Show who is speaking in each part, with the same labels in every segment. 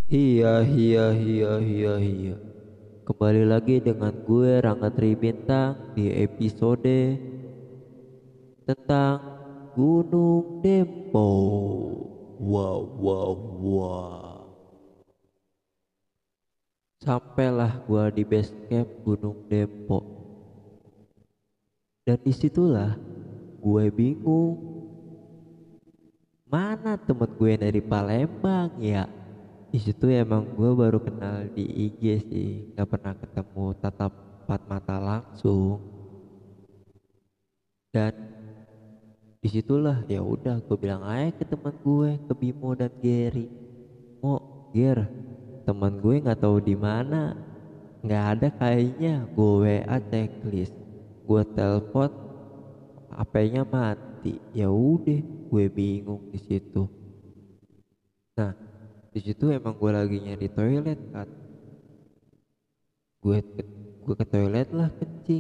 Speaker 1: Hiya. Kembali lagi dengan gue Rangga Tribintang di episode tentang Gunung Dempo. Wow. Sampailah gue di base camp Gunung Dempo. Dan disitulah gue bingung, mana temen gue yang dari Palembang ya. Di situ emang gue baru kenal di IG sih, nggak pernah ketemu tatap empat mata langsung. Dan disitulah ya udah gue bilang aja ke teman gue, ke Bimo dan Gary, mau Ger, teman gue nggak tahu di mana, nggak ada kayaknya. Gue WA checklist, gue telepon, HP-nya mati. Ya udah, gue bingung di situ. Nah, di situ emang gue lagi nyari toilet kan. Gue ke toilet lah kencing.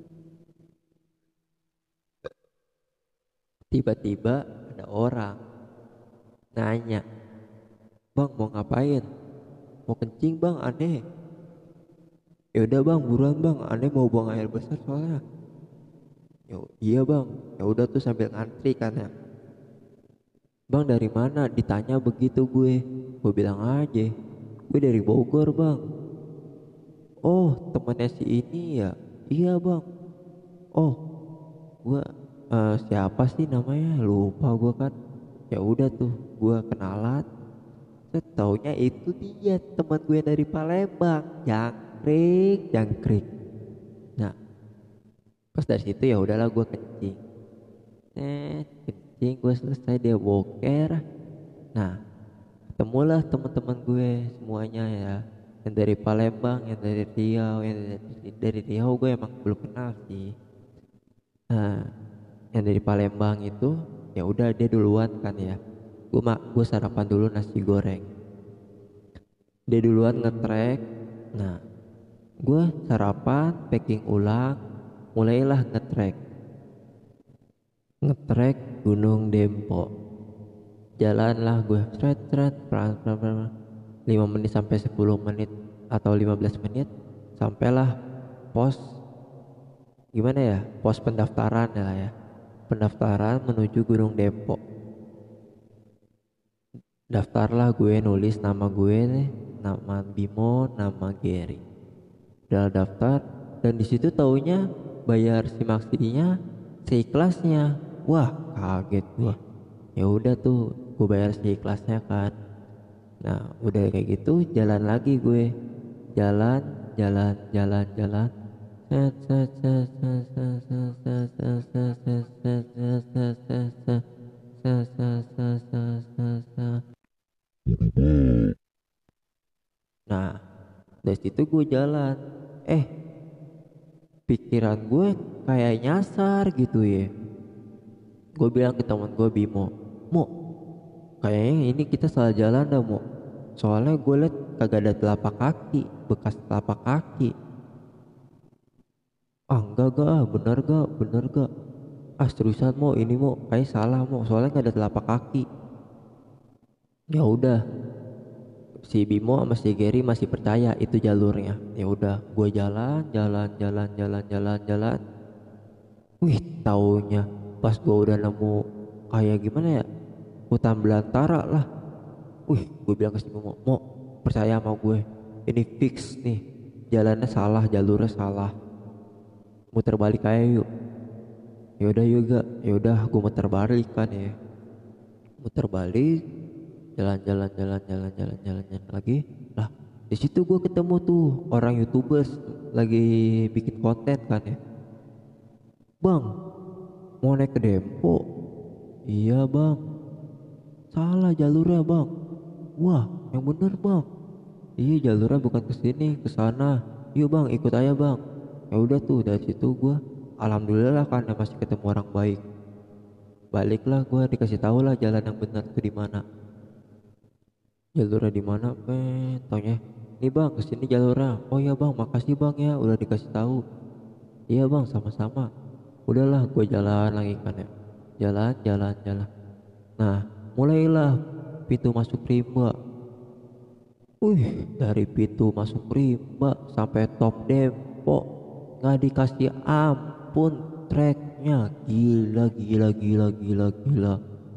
Speaker 1: Tiba-tiba ada orang nanya, "Bang, mau ngapain?" "Mau kencing bang, aneh." "Ya udah bang, buruan bang, aneh mau buang air besar soalnya." "Ya iya bang." Ya udah tuh sambil ngantri kan ya. "Bang dari mana?" ditanya begitu gue bilang aja, "Gue dari Bogor bang." "Oh, temennya si ini ya?" "Iya bang." "Oh, gue siapa sih namanya, lupa gue kan." Ya udah tuh gue kenalan. Taunya itu dia teman gue dari Palembang, jangkrik. Nah, pas dari situ ya udahlah gue kencing. Kencing gue selesai, dia boker. Nah, ketemulah teman-teman gue semuanya ya, yang dari Palembang, yang dari Riau, dari Riau gue emang belum kenal sih. Nah, yang dari Palembang itu ya udah dia duluan kan ya. Gue sarapan dulu nasi goreng. Dia duluan ngetrek. Nah, gue sarapan, packing ulang, mulailah ngetrek Gunung Dempo. Jalanlah gue seret pelan 5 menit sampai 10 menit atau 15 menit, sampailah pos, gimana ya, pos pendaftaran ya, pendaftaran menuju Gunung Dempo. Daftarlah gue, nulis nama gue nih, nama Bimo, nama Gary. Udah daftar, dan di situ taunya bayar simaksinya seikhlasnya. Wah, kaget gua. Ya udah tuh gue bayar seikhlasnya kan. Nah, udah kayak gitu jalan lagi gue. Jalan, jalan. Set, set, set, set, set, set, set, set, set, set, set, set, set, set, set. Set, set, set, set, set, set. Nah, dari situ gue jalan. Eh, pikiran gue kayak nyasar gitu ya. Gue bilang ke teman gue Bimo, "Mo, kayaknya ini kita salah jalan dah Mo. Soalnya gue liat kagak ada telapak kaki, bekas telapak kaki." "Ah enggak gak, bener gak. Ah seriusan Mo, ini Mo, kayak salah Mo, soalnya gak ada telapak kaki." Ya udah, si Bimo sama si Gary masih percaya itu jalurnya. Ya udah, gue jalan. Wih, taunya pas gue udah nemu kayak gimana ya, hutan belantara lah. Wih, gue bilang ke si Bimo, "Mo, percaya sama gue, ini fix nih, jalannya salah, jalurnya salah, muter balik aja yuk." Ya udah juga, ya udah gue muter balik kan ya, muter balik, jalan lagi. Lah, di situ gue ketemu tuh orang YouTubers lagi bikin konten kan ya. "Bang, mau naik ke Dempo?" "Iya bang." "Salah jalurnya bang." "Wah, yang bener bang." "Iya, jalurnya bukan ke sini, ke sana. Yuk bang, ikut aja bang." Ya udah tuh dari situ gua alhamdulillah karena masih ketemu orang baik. Baliklah gua, dikasih tahu lah jalan yang benar tuh di mana. Jalurnya di mana? Taunya, "Nih bang, kesini jalurnya." "Oh ya bang, makasih bang ya udah dikasih tahu." "Iya bang, sama-sama." Udahlah gue jalan lagi kan ya. Jalan. Nah, mulailah pintu masuk rimba. Dari pintu masuk rimba sampai top depo nggak dikasih ampun treknya, gila gila gila gila gila.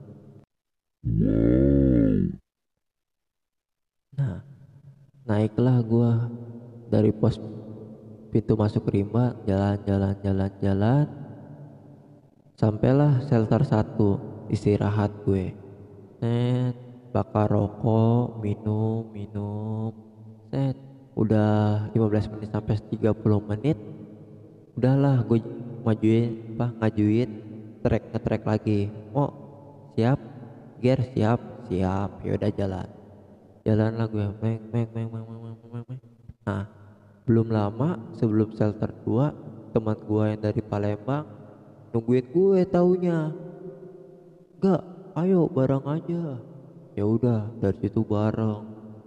Speaker 1: Nah, naiklah gua dari pos pintu masuk rimba, jalan jalan jalan jalan, sampailah shelter satu, istirahat gue. Set, bakar rokok, minum minum, set, udah 15 menit sampai 30 menit, udahlah gue ngajuin trek, ngetrek lagi. Oh siap, gear siap, siap, ya udah jalan. Jalan lah gue, meng meng meng meng meng meng meng meng. Nah, belum lama sebelum shelter 2, teman gue yang dari Palembang nungguin gue taunya. Enggak, ayo bareng aja. Ya udah, dari situ bareng.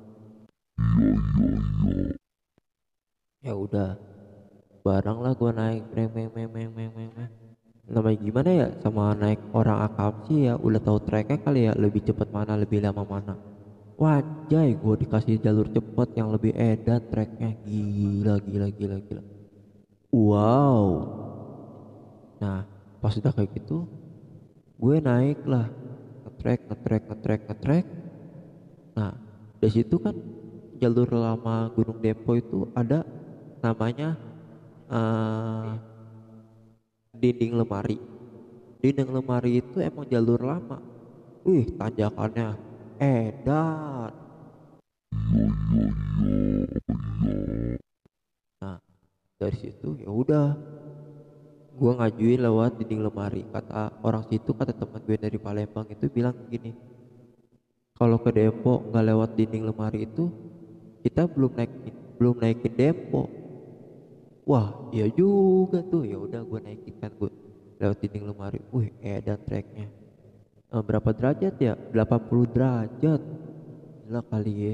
Speaker 1: Ya udah, bareng lah gue naik, meng meng meng meng meng meng meng. Namanya gimana ya, sama naik orang akam sih ya, udah tahu treknya kali ya, lebih cepet mana lebih lama mana. Wajay, gue dikasih jalur cepet yang lebih edan treknya, gila gila gila gila. Wow. Nah, pas udah kayak gitu, gue naik lah, ngetrek ngetrek ngetrek ngetrek. Nah, dari situ kan jalur lama Gunung Dempo itu ada namanya eh, dinding lemari. Dinding lemari itu emang jalur lama. Tanjakannya edan. Nah, dari situ ya udah, gua ngajuin lewat dinding lemari. Kata orang situ, kata teman gue dari Palembang itu bilang gini, kalau ke Dempo nggak lewat dinding lemari itu kita belum naikin Dempo. Wah iya juga tuh, ya udah gue naikin kan, gue lewat dinding lemari. Edan treknya. Berapa derajat ya, 80 derajat, gila kali ya.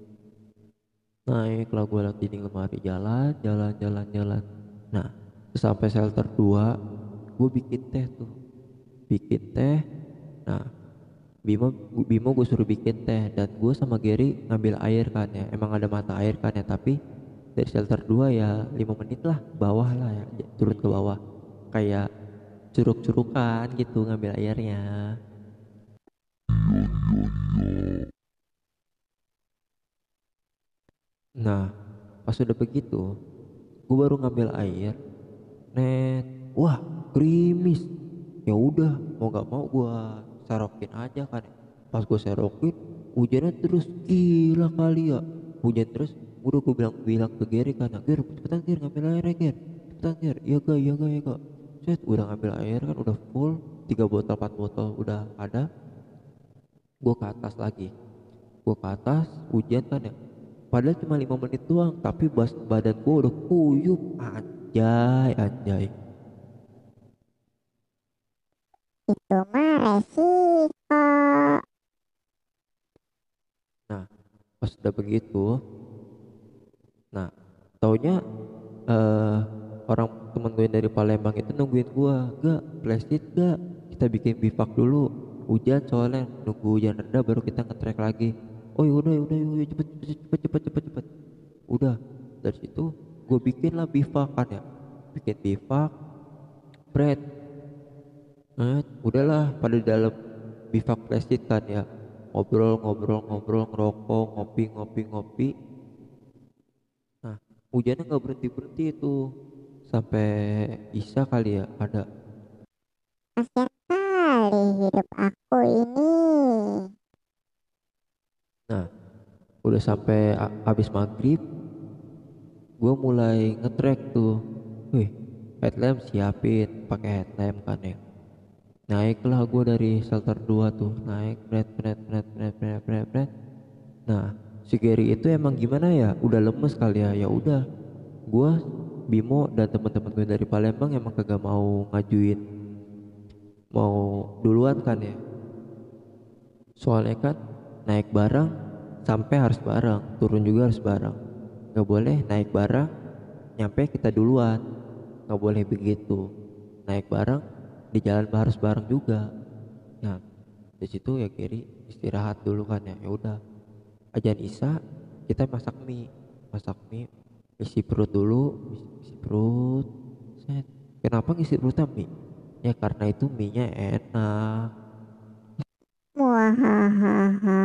Speaker 1: Naik lah gue lewat dinding lemari, jalan jalan jalan jalan. Nah, sampai shelter 2, gue bikin teh tuh, bikin teh. Nah, Bimo Bimo gue suruh bikin teh, dan gue sama Gary ngambil air kan ya, emang ada mata air kan ya, tapi dari shelter 2 ya 5 menit lah bawah lah ya, turun ke bawah kayak curug-curukan gitu ngambil airnya. Nah, pas udah begitu gue baru ngambil air, net, wah gerimis. Ya udah, mau gak mau gue serokin aja kan ya. Pas gue serokin, hujannya terus, gila kali ya, hujan terus. Udah gue bilang bilang ke Gary kan, Ger cepetan Ger ngambil air ya Ger, cepetan Ger, iya gak iya gak iya gak. Set, udah ngambil air kan, udah full, 3 botol 4 botol udah ada. Gue ke atas lagi, gue ke atas, hujan kan ya, padahal cuma 5 menit doang, tapi badan gue udah kuyup, anjay anjay.
Speaker 2: Itu mah resiko.
Speaker 1: Nah, pas udah begitu, nah taunya eh orang temen gue yang dari Palembang itu nungguin gue, gak flashdisk gak, kita bikin bivak dulu, hujan soalnya, nunggu hujan reda baru kita ngetrek lagi. Oh yaudah yaudah, cepet cepet cepet cepet cepet cepet. Udah, dari situ gue bikin lah bivak kan ya, bikin bivak, bread. Udahlah pada dalam bivak plastik kan ya, ngobrol ngobrol ngobrol, ngerokok, ngopi ngopi ngopi. Nah, hujannya nggak berhenti berhenti itu sampai Isya kali ya ada.
Speaker 2: Kasian kali hidup aku ini.
Speaker 1: Nah, udah sampai abis maghrib, gue mulai ngetrek tuh. Wih, headlamp siapin, pakai headlamp kan ya. Naiklah gue dari shelter 2 tuh, naik, bret bret bret bret bret bret bret. Nah, si Gary itu emang gimana ya, udah lemes kali ya. Ya udah, gua, Bimo dan teman-teman gue dari Palembang emang kagak mau ngajuin, mau duluan kan ya, soalnya kan naik bareng sampai harus bareng, turun juga harus bareng, nggak boleh naik bareng nyampe kita duluan, nggak boleh begitu. Naik bareng di jalan harus bareng juga. Nah, di situ ya Gary istirahat dulu kan ya. Ya udah, ajan Isya kita masak mie, isi perut dulu, isi perut. Set. Kenapa ngisi perutnya mie? Ya karena itu mie-nya enak.
Speaker 2: Muahahaha.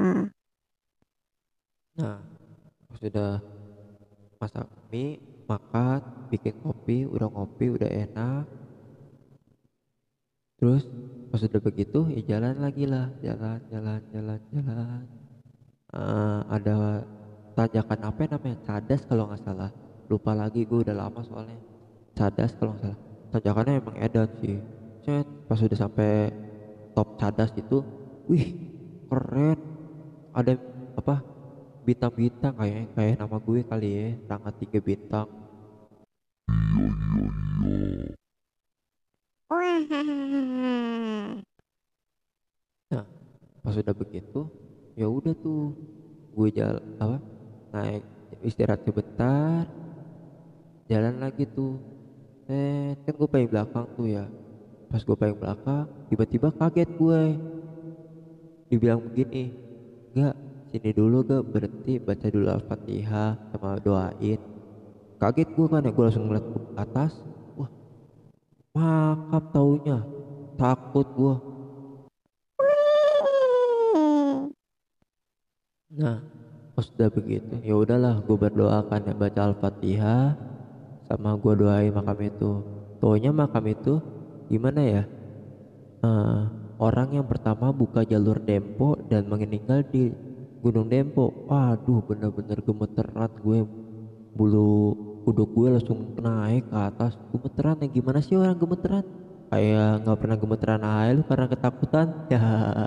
Speaker 1: Nah, pas sudah masak mie, makan, bikin kopi, udah ngopi, udah enak. Terus pas sudah begitu, ya jalan lagi lah, jalan. Ada tanjakan apa ya namanya? Cadas kalau nggak salah. Lupa lagi, gue udah lama soalnya. Cadas kalau nggak salah. Tanjakannya emang edan sih. Set, pas sudah sampai top Cadas itu, wih, keren. Ada apa? Bintang-bintang kayak nama gue kali ya, Rangga 3 bintang.
Speaker 2: Wah.
Speaker 1: Nah, pas sudah begitu, ya udah tuh, gue jalan apa? Naik istirahat sebentar, jalan lagi tuh. Kan gue paling belakang tuh ya. Pas gue paling belakang, tiba-tiba kaget gue. Dibilang begini, "Gak, sini dulu gak, berhenti baca dulu Al-Fatihah sama doain." Kaget gue kan ya, gue langsung ngeliat ke atas. Wah, makam taunya. Takut gue. Nah, pas udah begitu, ya udahlah, gue berdoa kan ya, baca Al-Fatihah sama gue doain makam itu. Taunya makam itu gimana ya? eh, Orang yang pertama buka jalur Dempo dan meninggal di Gunung Dempo. Waduh, bener-bener gemeteran gue, bulu kuduk gue langsung naik ke atas. Gemeteran ya, gimana sih orang gemeteran? Kayak nggak pernah gemeteran aja lu karena ketakutan. Ya,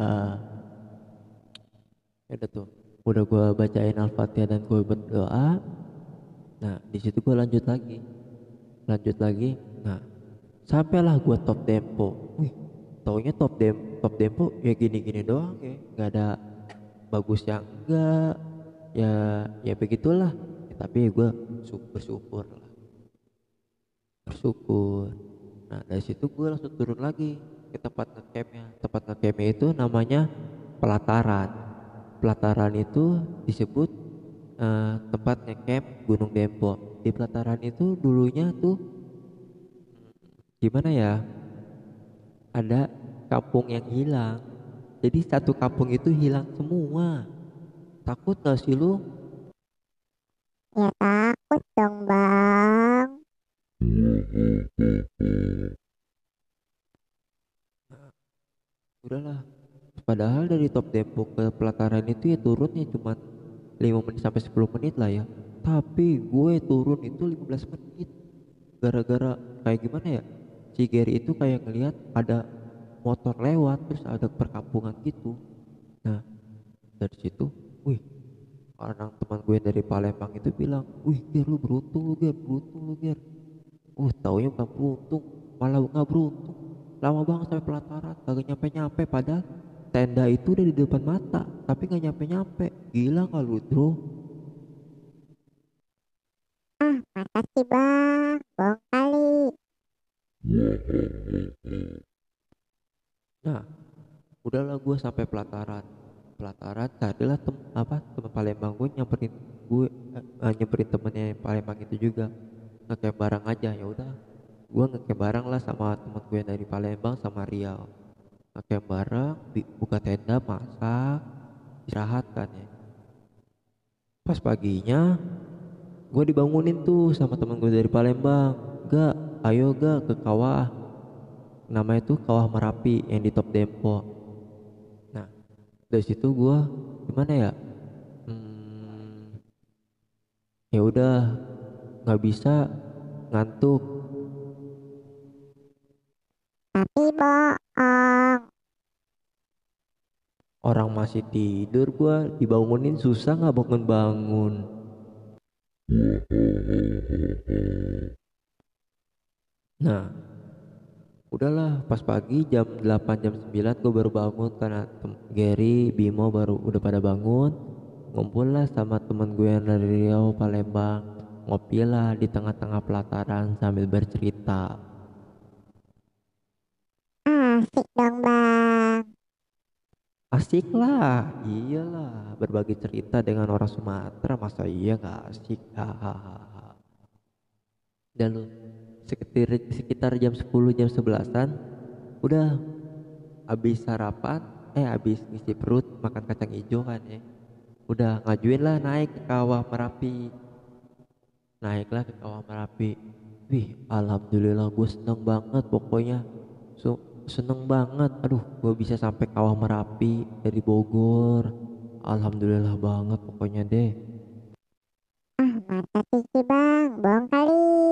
Speaker 1: ya udah tuh. Udah gue bacain Al-Fatihah dan gue berdoa. Nah, di situ gue lanjut lagi. Nah, sampailah gue top Dempo. Wih, taunya top Dempo ya gini-gini doang ya, nggak ada bagus yang enggak, ya ya begitulah. Ya, tapi gue bersyukur lah, bersyukur. Nah, dari situ gue langsung turun lagi ke tempat ngecampnya itu namanya Pelataran. Pelataran itu disebut tempat ngecamp Gunung Dempo. Di Pelataran itu dulunya tuh gimana ya, ada kampung yang hilang. Jadi satu kampung itu hilang semua. Takut gak sih lu?
Speaker 2: Ya takut dong bang.
Speaker 1: Udahlah. Padahal dari Top Depok ke Pelataran itu ya turunnya cuma 5 menit sampai 10 menit lah ya. Tapi gue turun itu 15 menit. Gara-gara kayak gimana ya? Si Gary itu kayak ngelihat ada motor lewat terus ada perkampungan gitu. Nah, dari situ, wih, orang teman gue dari Palembang itu bilang, "Wih, Ger, lu beruntung lu, Ger, beruntung lu, Ger." Taunya bukan beruntung, malah nggak beruntung. Lama banget sampai Pelataran, kagak nyampe-nyampe, padahal tenda itu udah di depan mata, tapi nggak nyampe-nyampe. Gila nggak lu, bro?
Speaker 2: Ah, makasih bang. Bohong kali.
Speaker 1: Nah, udahlah gue sampai Pelataran. Pelataran, tadilah teman Palembang gue nyamperin gue, nyamperin temennya yang Palembang itu juga, ngecamp bareng aja. Ya udah, gue ngecamp bareng lah sama temen gue yang dari Palembang sama Riau. Ngecamp bareng, buka tenda, masak, istirahat kan ya. Pas paginya gue dibangunin tuh sama temen gue dari Palembang. "Gak, ayo gak ke kawah." Namanya tuh Kawah Merapi yang di Top Dempo. Nah, dari situ gue gimana ya? Hmm, Ya udah, nggak bisa, ngantuk.
Speaker 2: Tapi bohong.
Speaker 1: Orang masih tidur, gue dibangunin susah nggak bangun-bangun. Nah, udahlah, pas pagi jam 8 jam 9 gue baru bangun karena Gary, Bimo baru udah pada bangun. Ngumpul lah sama temen gue yang dari Riau, Palembang. Ngopi lah di tengah-tengah pelataran sambil bercerita.
Speaker 2: Asik dong bang.
Speaker 1: Asik lah, iyalah berbagi cerita dengan orang Sumatera masa iya nggak asik. Hahaha. Dan lu sekitar jam 10 jam 11-an udah habis sarapan, habis ngisi perut makan kacang hijau kan ya. Udah ngajuin lah naik ke Kawah Merapi. Naiklah ke Kawah Merapi. Wih, alhamdulillah gue seneng banget pokoknya. Seneng banget. Aduh, gue bisa sampai Kawah Merapi dari Bogor. Alhamdulillah banget pokoknya deh.
Speaker 2: Ah, masa sih bang, bohong kali.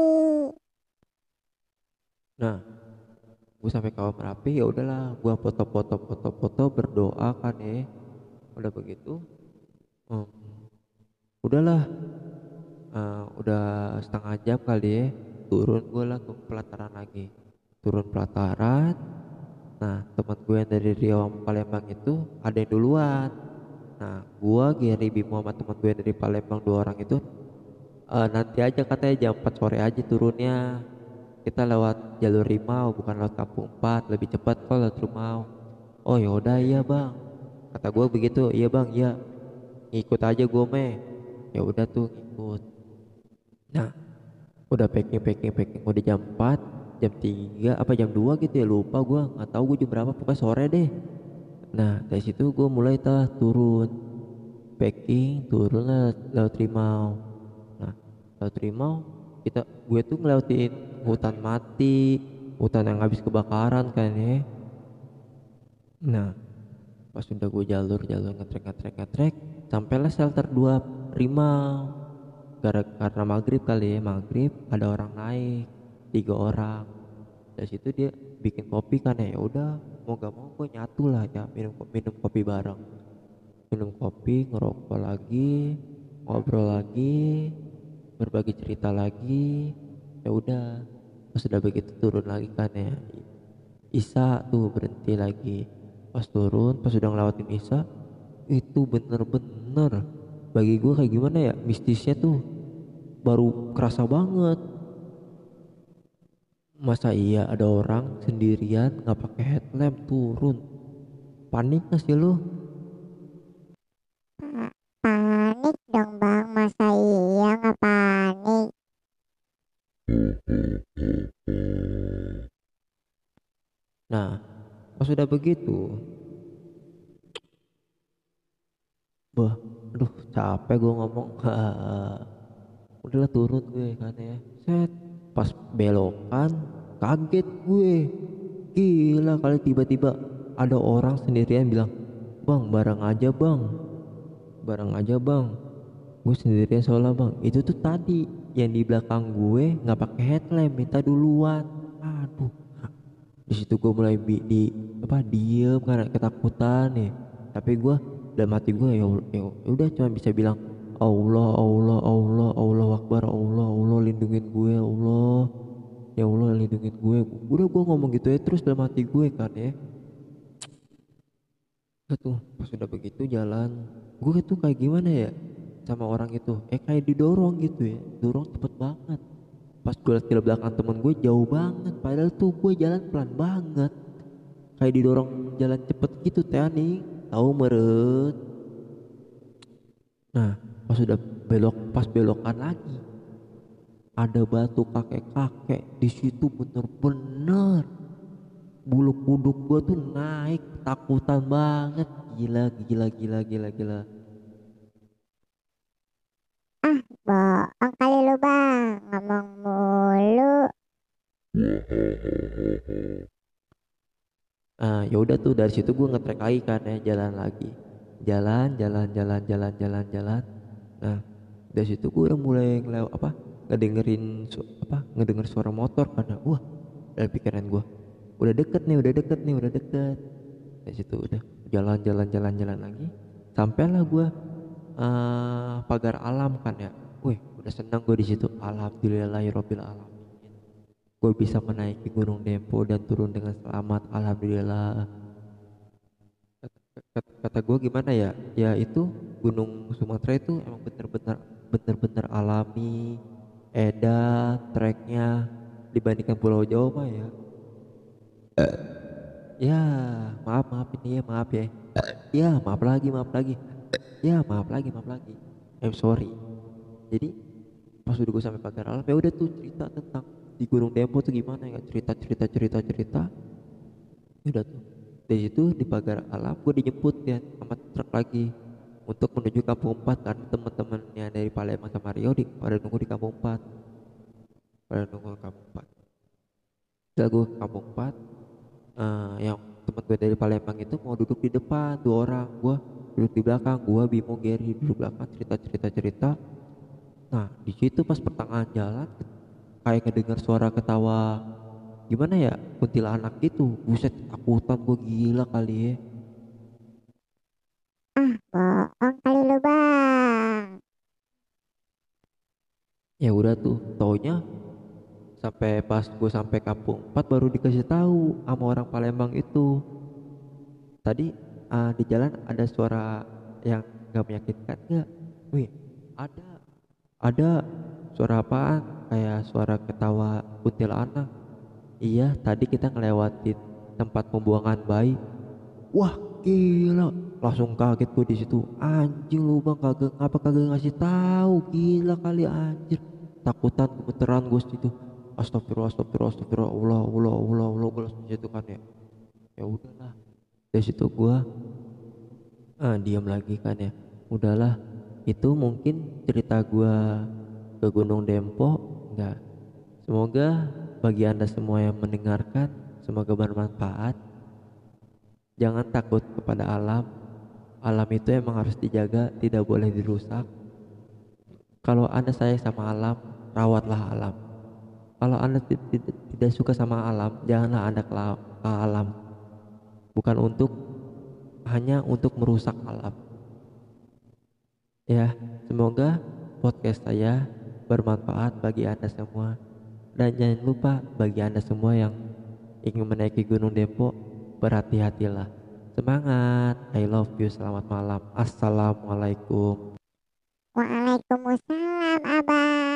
Speaker 1: Nah, gue sampai Kawah Merapi ya udahlah, gue foto-foto berdoa kan ya. Udah begitu, hmm, udahlah, udah setengah jam kali ya. Turun gue lah ke pelataran lagi. Turun pelataran. Nah, teman gue yang dari Riau sama Palembang itu ada yang duluan. Nah, gua Gary Bimo sama teman gue yang dari Palembang dua orang itu nanti aja katanya jam 4 sore aja turunnya. Kita lewat jalur Rimau bukan lewat Kampung 4, lebih cepat kok lewat Rimau. Oh yaudah iya bang, kata gue begitu. Iya bang, iya, ngikut aja gue meh. Ya udah tuh ngikut. Nah, udah packing udah jam 4, jam 3 apa jam 2 gitu ya, lupa gue nggak tahu gue jam berapa, pokoknya sore deh. Nah dari situ gue mulai turun packing, turun lah lewat Rimau. Nah lewat Rimau gue tuh ngelewatin hutan mati, hutan yang habis kebakaran kan ya. Nah pas udah gue jalur ngetrek sampailah shelter 2 Rimau. Karena maghrib kali ya, maghrib ada orang naik 3 orang. Dari situ dia bikin kopi kan ya. Ya udah, mau gak mau gue nyatu lah ya, minum kopi bareng. Minum kopi, ngerokok lagi, ngobrol lagi, berbagi cerita lagi. Ya udah, pas udah begitu turun lagi kan ya. Isa tuh berhenti lagi. Pas turun, pas udah ngelewatin Isa, itu bener-bener bagi gue kayak gimana ya, mistisnya tuh baru kerasa banget. Masa iya ada orang sendirian nggak pakai headlamp turun? Panik gak sih lu?
Speaker 2: Panik dong bang, masa iya nggak panik?
Speaker 1: Nah, pas udah begitu, bah, aduh capek gue ngomong. Udahlah turun gue kan ya. Set, pas belokan, kaget gue. Gila kali tiba-tiba ada orang sendirian bilang, bang bareng aja bang, bareng aja bang. Gue sendirian soalnya bang. Itu tuh tadi yang di belakang gue nggak pakai headlamp, minta duluan. Aduh, di situ gue mulai diem karena ketakutan nih. Tapi gue dalam hati gue ya udah cuma bisa bilang Allah Allah Allah Allah Akbar, Allah Allah lindungin gue, Allah ya Allah lindungin gue. Udah gue ngomong gitu ya terus dalam hati gue kan ya. Udah tuh pas udah begitu jalan, gue tuh kayak gimana ya sama orang itu, kayak didorong gitu ya, dorong cepet banget. Pas gue liat di belakang temen gue jauh banget, padahal tuh gue jalan pelan banget, kayak didorong jalan cepet gitu teh nih, tahu meret. Nah pas belokan lagi ada batu kakek-kakek di situ, bener-bener bulu kuduk gue tuh naik, takutan banget. Gila gila gila gila gila.
Speaker 2: Ah, bohong kali lu bang, ngomong mulu.
Speaker 1: Ya udah tuh dari situ gue ngetrek lagi kan ya, jalan lagi, jalan. Nah dari situ gue udah mulai ngedenger suara motor karena wah, dari pikiran gue udah deket. Dari situ udah jalan lagi, sampailah gue pagar alam kan ya. Wih udah senang gue di situ, alhamdulillahirobbil alamin. Gue bisa menaiki Gunung Dempo dan turun dengan selamat, alhamdulillah. Kata gue gimana ya, ya itu Gunung Sumatera itu emang bener-bener alami, edan treknya dibandingkan Pulau Jawa mah ya. Ya maaf ini ya, maaf ya, Ya maaf lagi, maaf lagi. Ya maaf lagi, maaf lagi. I'm sorry. Jadi pas udah gue sampai pagar alam, ya udah tuh cerita tentang di Gunung Dempo tuh gimana ya, cerita cerita cerita cerita. Ya udah tuh dari situ di pagar alam gue dijemput ya sama truk lagi untuk menuju Kampung 4 karena teman-temannya dari Palembang sama Rio pada nunggu di Kampung 4, pada nunggu di Kampung 4. Udah gue ke Kampung 4, yang teman gue dari Palembang itu mau duduk di depan, dua orang, gue duduk di belakang, gue Bimo Gary duduk belakang, cerita cerita cerita. Nah di situ pas pertengahan jalan kayak ngedengar suara ketawa gimana ya, kuntilanak gitu, buset takutan gue, gila kali ya.
Speaker 2: Bohong kali lu bang.
Speaker 1: Ya udah tuh taunya sampai pas gue sampai Kampung 4 baru dikasih tahu sama orang Palembang itu tadi, di jalan ada suara yang gak meyakinkan gak. Wih, ada ada suara apaan, kayak suara ketawa kuntilanak. Iya tadi kita ngelewatin tempat pembuangan bayi. Wah gila, langsung kaget gue di situ. Anjing lu bang, kagak ngapa kagak ngasih tahu, gila kali anjir. Takutan gemeteran gue situ. Astagfirullah, astagfirullah, astagfirullah, Allah, Allah, Allah, Allah, gue langsung situ kan ya. Ya udahlah, dari situ gue diam lagi kan ya. Udahlah, itu mungkin cerita gue ke Gunung Dempo. Enggak. Semoga bagi anda semua yang mendengarkan, semoga bermanfaat. Jangan takut kepada alam. Alam itu emang harus dijaga, tidak boleh dirusak. Kalau anda sayang sama alam, rawatlah alam. Kalau anda tidak suka sama alam, janganlah anda ke alam. Bukan untuk hanya untuk merusak alam. Ya, semoga podcast saya bermanfaat bagi anda semua. Dan jangan lupa bagi anda semua yang ingin menaiki Gunung Dempo, berhati-hatilah. Semangat, I love you, selamat malam, assalamualaikum.
Speaker 2: Waalaikumsalam abang.